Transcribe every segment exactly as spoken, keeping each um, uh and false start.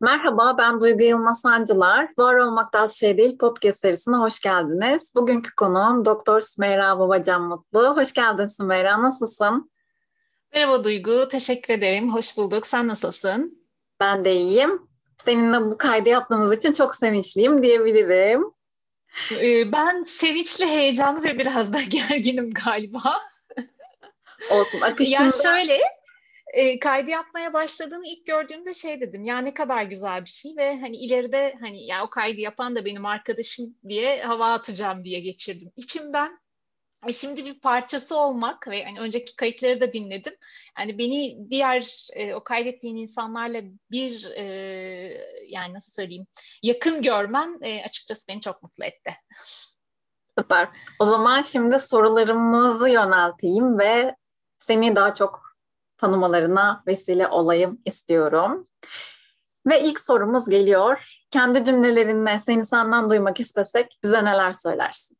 Merhaba, ben Duygu Yılmaz Sancılar. Var Olmak da Az Şey Değil podcast serisine hoş geldiniz. Bugünkü konuğum Doktor Sümeyra Babacan Mutlu. Hoş geldin Sümeyra, nasılsın? Merhaba Duygu, teşekkür ederim. Hoş bulduk. Sen nasılsın? Ben de iyiyim. Seninle bu kaydı yaptığımız için çok sevinçliyim diyebilirim. Ee, ben sevinçli, heyecanlı ve biraz da gerginim galiba. Olsun, Ya akışında. şöyle, e, kaydı yapmaya başladığını ilk gördüğümde şey dedim. Ya ne kadar güzel bir şey ve hani ileride hani ya o kaydı yapan da benim arkadaşım diye hava atacağım diye geçirdim. İçimden E şimdi bir parçası olmak ve hani önceki kayıtları da dinledim. Yani beni diğer e, o kaydettiğin insanlarla bir e, yani nasıl söyleyeyim yakın görmen e, açıkçası beni çok mutlu etti. Süper. O zaman şimdi sorularımızı yönelteyim ve seni daha çok tanımalarına vesile olayım istiyorum. Ve ilk sorumuz geliyor. Kendi cümlelerinle seni senden duymak istesek bize neler söylersin?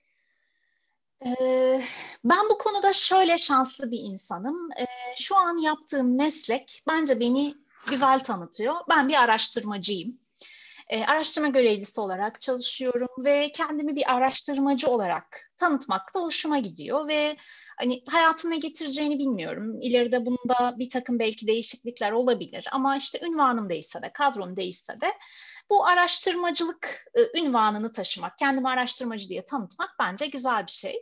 Ee, Ben bu konuda şöyle şanslı bir insanım. Ee, şu an yaptığım meslek bence beni güzel tanıtıyor. Ben bir araştırmacıyım. E, araştırma görevlisi olarak çalışıyorum ve kendimi bir araştırmacı olarak tanıtmak da hoşuma gidiyor ve hani hayatın ne getireceğini bilmiyorum. İleride bunda bir takım belki değişiklikler olabilir ama işte ünvanım değişse de, kadrom değişse de bu araştırmacılık e, ünvanını taşımak, kendimi araştırmacı diye tanıtmak bence güzel bir şey.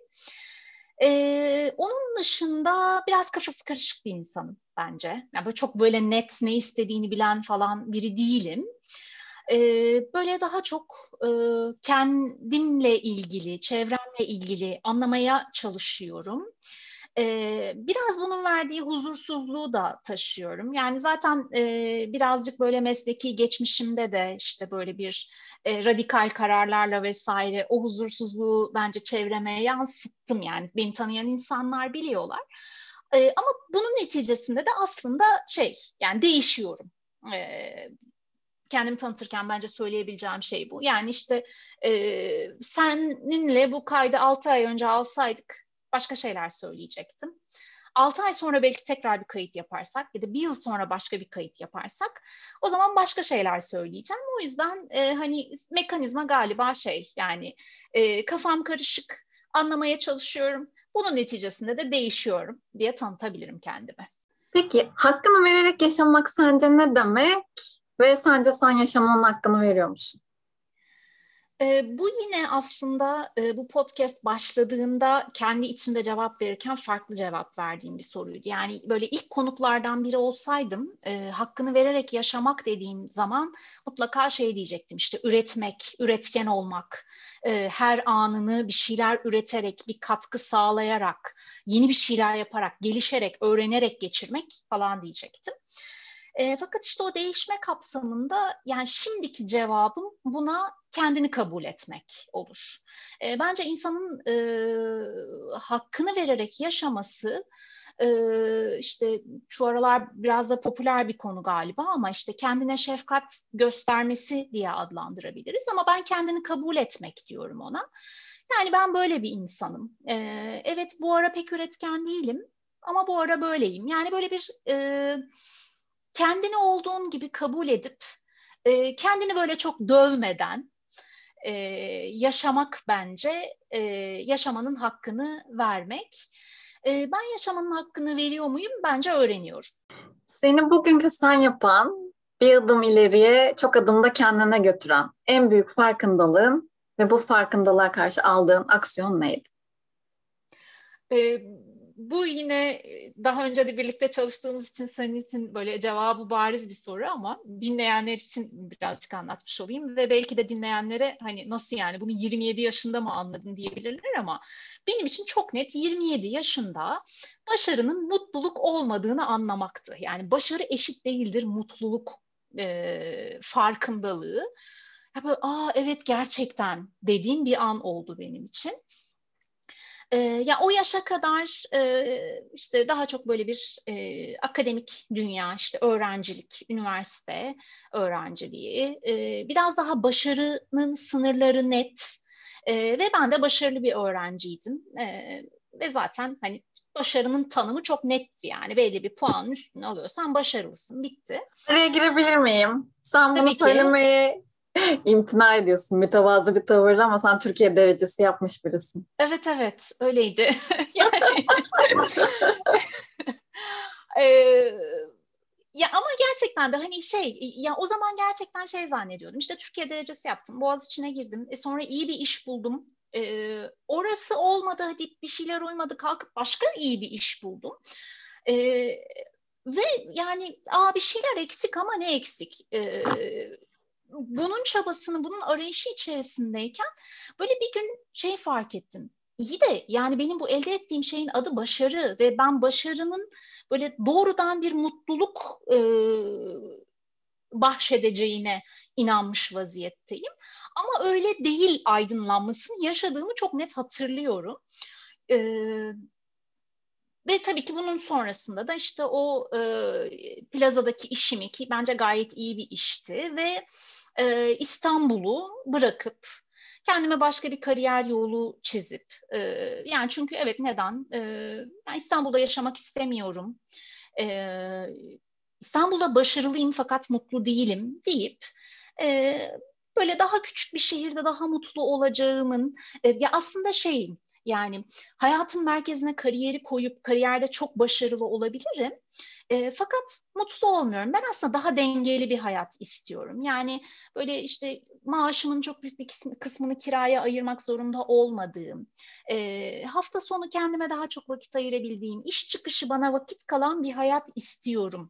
E, onun dışında biraz kafası karışık bir insanım bence. Yani böyle çok böyle net ne istediğini bilen falan biri değilim. Ee, Böyle daha çok e, kendimle ilgili, çevremle ilgili anlamaya çalışıyorum. Ee, biraz bunun verdiği huzursuzluğu da taşıyorum. Yani zaten e, birazcık böyle mesleki geçmişimde de işte böyle bir e, radikal kararlarla vesaire o huzursuzluğu bence çevreme yansıttım. Yani beni tanıyan insanlar biliyorlar. Ee, ama bunun neticesinde de aslında şey yani değişiyorum. Ee, Kendimi tanıtırken bence söyleyebileceğim şey bu. Yani işte e, seninle bu kaydı altı ay önce alsaydık başka şeyler söyleyecektim. Altı ay sonra belki tekrar bir kayıt yaparsak ya da bir yıl sonra başka bir kayıt yaparsak o zaman başka şeyler söyleyeceğim. O yüzden e, hani mekanizma galiba şey yani e, kafam karışık anlamaya çalışıyorum. Bunun neticesinde de değişiyorum diye tanıtabilirim kendimi. Peki hakkını vererek yaşamak sence ne demek ve sence sen yaşamanın hakkını veriyor musun? E, bu yine aslında e, bu podcast başladığında kendi içimde cevap verirken farklı cevap verdiğim bir soruydu. Yani böyle ilk konuklardan biri olsaydım e, hakkını vererek yaşamak dediğim zaman mutlaka şey diyecektim işte üretmek, üretken olmak, e, her anını bir şeyler üreterek, bir katkı sağlayarak, yeni bir şeyler yaparak, gelişerek, öğrenerek geçirmek falan diyecektim. E, fakat işte o değişme kapsamında yani şimdiki cevabım buna kendini kabul etmek olur. E, bence insanın e, hakkını vererek yaşaması e, işte şu aralar biraz da popüler bir konu galiba ama işte kendine şefkat göstermesi diye adlandırabiliriz ama ben kendini kabul etmek diyorum ona. Yani ben böyle bir insanım. E, evet bu ara pek üretken değilim ama bu ara böyleyim. Yani böyle bir e, kendini olduğun gibi kabul edip e, kendini böyle çok dövmeden e, yaşamak bence e, yaşamanın hakkını vermek. E, ben yaşamanın hakkını veriyor muyum? Bence öğreniyorum. Seni bugünkü sen yapan, bir adım ileriye, çok adımda kendine götüren en büyük farkındalığın ve bu farkındalığa karşı aldığın aksiyon neydi? E, Bu yine daha önce de birlikte çalıştığımız için senin için böyle cevabı bariz bir soru ama dinleyenler için birazcık anlatmış olayım ve belki de dinleyenlere hani nasıl yani bunu yirmi yedi yaşında mı anladın diyebilirler ama benim için çok net yirmi yedi yaşında başarının mutluluk olmadığını anlamaktı. Yani başarı eşit değildir mutluluk e, farkındalığı. Ya böyle, aa evet gerçekten dediğim bir an oldu benim için. E, ya o yaşa kadar e, işte daha çok böyle bir e, akademik dünya, işte öğrencilik, üniversite öğrenciliği, e, biraz daha başarının sınırları net. E, ve ben de başarılı bir öğrenciydim. E, ve zaten hani başarının tanımı çok netti yani. Belli bir puanın üstüne alıyorsan başarılısın. Bitti. Araya girebilir miyim? Sen bunu Tabii ki. söylemeye imtina ediyorsun. Mütevazı bir tavırla ama sen Türkiye derecesi yapmış birisin. Evet evet öyleydi. Yani Ee, ya ama gerçekten de hani şey ya o zaman gerçekten şey zannediyordum. İşte Türkiye derecesi yaptım. Boğaziçi'ne girdim. E sonra iyi bir iş buldum. Ee, orası olmadı, hadi bir şeyler uymadı, kalkıp başka iyi bir iş buldum. Ee, ve yani aa bir şeyler eksik ama ne eksik? Ee, bunun çabasını, bunun arayışı içerisindeyken böyle bir gün şey fark ettim. İyi de yani benim bu elde ettiğim şeyin adı başarı ve ben başarının böyle doğrudan bir mutluluk e, bahşedeceğine inanmış vaziyetteyim. Ama öyle değil aydınlanmasını yaşadığımı çok net hatırlıyorum. E, ve tabii ki bunun sonrasında da işte o e, plazadaki işimi ki bence gayet iyi bir işti ve e, İstanbul'u bırakıp kendime başka bir kariyer yolu çizip e, yani çünkü evet neden e, ben İstanbul'da yaşamak istemiyorum. E, İstanbul'da başarılıyım fakat mutlu değilim deyip e, böyle daha küçük bir şehirde daha mutlu olacağımın e, ya aslında şeyim yani hayatın merkezine kariyeri koyup kariyerde çok başarılı olabilirim. E, fakat mutlu olmuyorum. Ben aslında daha dengeli bir hayat istiyorum. Yani böyle işte maaşımın çok büyük bir kısmı, kısmını kiraya ayırmak zorunda olmadığım, e, hafta sonu kendime daha çok vakit ayırabildiğim, iş çıkışı bana vakit kalan bir hayat istiyorum.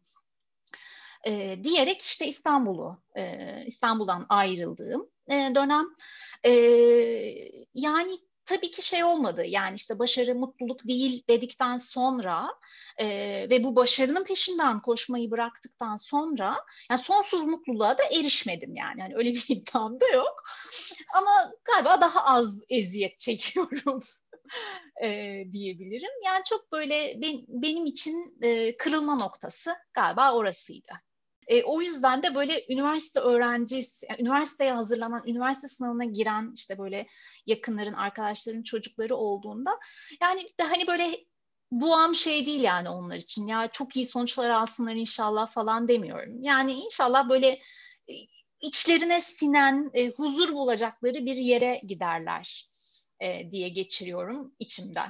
E, diyerek işte İstanbul'u, e, İstanbul'dan ayrıldığım e, dönem. E, yani tabii ki şey olmadı. Yani işte başarı mutluluk değil dedikten sonra e, ve bu başarının peşinden koşmayı bıraktıktan sonra yani sonsuz mutluluğa da erişmedim yani. Yani öyle bir iddiam da yok. Ama galiba daha az eziyet çekiyorum e, diyebilirim. Yani çok böyle ben, benim için e, kırılma noktası galiba orasıydı. E, o yüzden de böyle üniversite öğrencisi, yani üniversiteye hazırlanan, üniversite sınavına giren işte böyle yakınların, arkadaşların çocukları olduğunda yani de hani böyle duam şey değil yani onlar için. Ya çok iyi sonuçlar alsınlar inşallah falan demiyorum. Yani inşallah böyle e, içlerine sinen, e, huzur bulacakları bir yere giderler e, diye geçiriyorum içimden.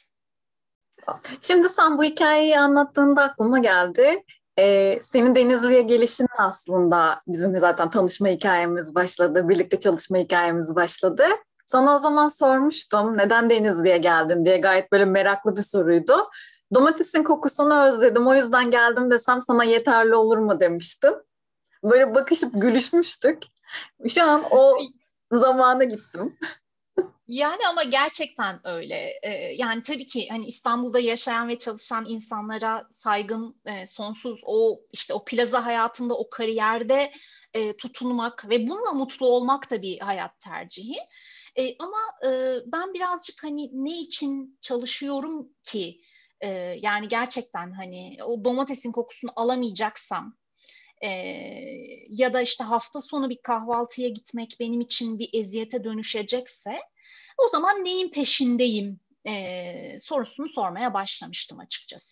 Şimdi sen bu hikayeyi anlattığında aklıma geldi. Ee, senin Denizli'ye gelişin aslında bizim zaten tanışma hikayemiz başladı. Birlikte çalışma hikayemiz başladı. Sana o zaman sormuştum neden Denizli'ye geldin diye gayet böyle meraklı bir soruydu. Domatesin kokusunu özledim o yüzden geldim desem sana yeterli olur mu demiştin. Böyle bakışıp gülüşmüştük. Şu an o zamana gittim. Yani ama gerçekten öyle. Ee, yani tabii ki hani İstanbul'da yaşayan ve çalışan insanlara saygım e, sonsuz. O işte o plaza hayatında, o kariyerde e, tutunmak ve bununla mutlu olmak da bir hayat tercihi. E, ama e, ben birazcık hani ne için çalışıyorum ki? E, yani gerçekten hani o domatesin kokusunu alamayacaksam e, ya da işte hafta sonu bir kahvaltıya gitmek benim için bir eziyete dönüşecekse o zaman neyin peşindeyim e, sorusunu sormaya başlamıştım açıkçası.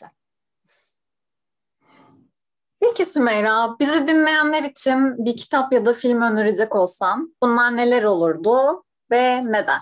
Peki Sümeyra, bizi dinleyenler için bir kitap ya da film önerecek olsan bunlar neler olurdu ve neden?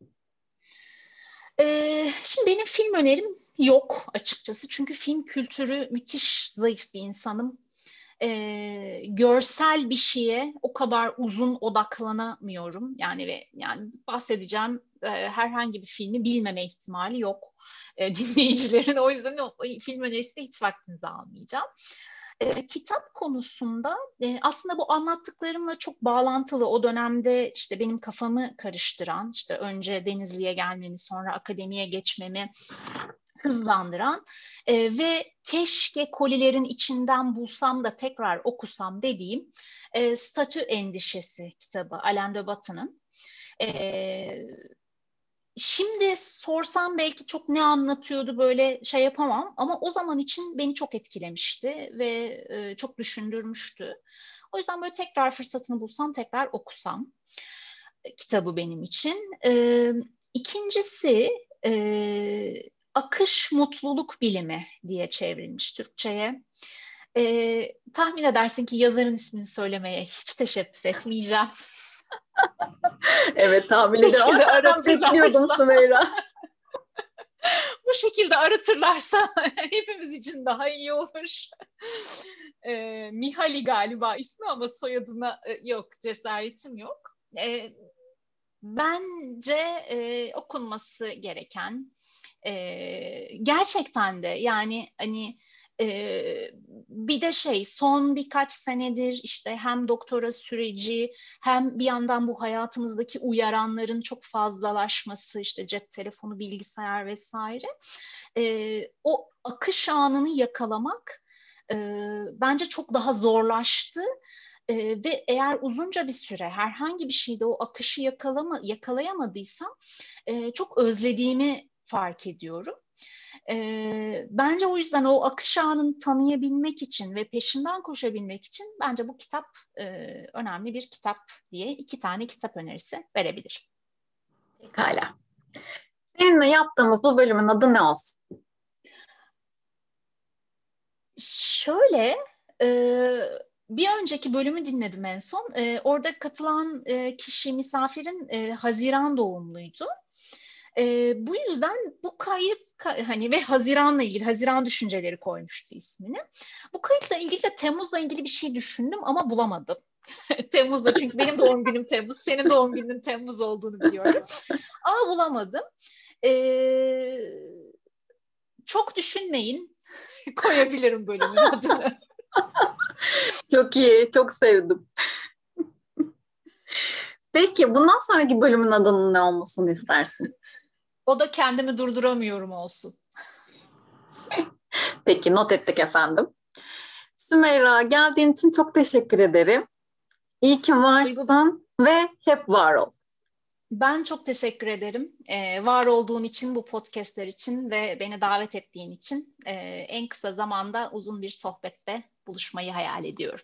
E, şimdi benim film önerim yok açıkçası. Çünkü film kültürü müthiş zayıf bir insanım. E, görsel bir şeye o kadar uzun odaklanamıyorum. Yani ve yani bahsedeceğim e, herhangi bir filmi bilmeme ihtimali yok e, dinleyicilerin. O yüzden o, film önerisinde hiç vaktinizi almayacağım. E, kitap konusunda e, aslında bu anlattıklarımla çok bağlantılı. O dönemde işte benim kafamı karıştıran, işte önce Denizli'ye gelmemi, sonra akademiye geçmemi hızlandıran e, ve keşke kolilerin içinden bulsam da tekrar okusam dediğim e, Statü Endişesi kitabı Alain de Botton'ın. E, Şimdi sorsam belki çok ne anlatıyordu böyle şey yapamam ama o zaman için beni çok etkilemişti ve e, çok düşündürmüştü. O yüzden böyle tekrar fırsatını bulsam tekrar okusam e, kitabı benim için. E, ikincisi e, akış mutluluk bilimi diye çevrilmiş Türkçe'ye. E, tahmin edersin ki yazarın ismini söylemeye hiç teşebbüs etmeyeceğim. Evet, tahmin Bu ediyorum. Ama şekilde senden bekliyordum aratırlarsa, Sümeyra. bu şekilde aratırlarsa hepimiz için daha iyi olur. E, Mihaly galiba ismi ama soyadına e, yok, cesaretim yok. E, bence e, okunması gereken, e, gerçekten de yani hani e, bir de şey, son birkaç senedir işte hem doktora süreci hem bir yandan bu hayatımızdaki uyaranların çok fazlalaşması, işte cep telefonu, bilgisayar vesaire, e, o akış anını yakalamak e, bence çok daha zorlaştı. Ee, ve eğer uzunca bir süre herhangi bir şeyde o akışı yakalama, yakalayamadıysam e, çok özlediğimi fark ediyorum. E, bence o yüzden o akış anını tanıyabilmek için ve peşinden koşabilmek için bence bu kitap e, önemli bir kitap diye iki tane kitap önerisi verebilirim. Pekala. Seninle yaptığımız bu bölümün adı ne olsun? Şöyle, e, bir önceki bölümü dinledim en son. E, orada katılan e, kişi, misafirin e, Haziran doğumluydu. E, bu yüzden bu kayıt ka- hani ve Haziran'la ilgili, Haziran düşünceleri koymuştu ismini. Bu kayıtla ilgili de Temmuz'la ilgili bir şey düşündüm ama bulamadım. Temmuz'da, çünkü benim doğum günüm Temmuz, senin doğum günün Temmuz olduğunu biliyorum. Ama bulamadım. E, çok düşünmeyin. Koyabilirim bölümün adını. Çok iyi, çok sevdim. Peki bundan sonraki bölümün adının ne olmasını istersin? O da kendimi durduramıyorum olsun. Peki, not ettik efendim. Sümeyra, geldiğin için çok teşekkür ederim. İyi ki Duygu, varsın ve hep var ol. ben çok teşekkür ederim. Ee, var olduğun için, bu podcastler için ve beni davet ettiğin için. Ee, en kısa zamanda uzun bir sohbette buluşmayı hayal ediyorum.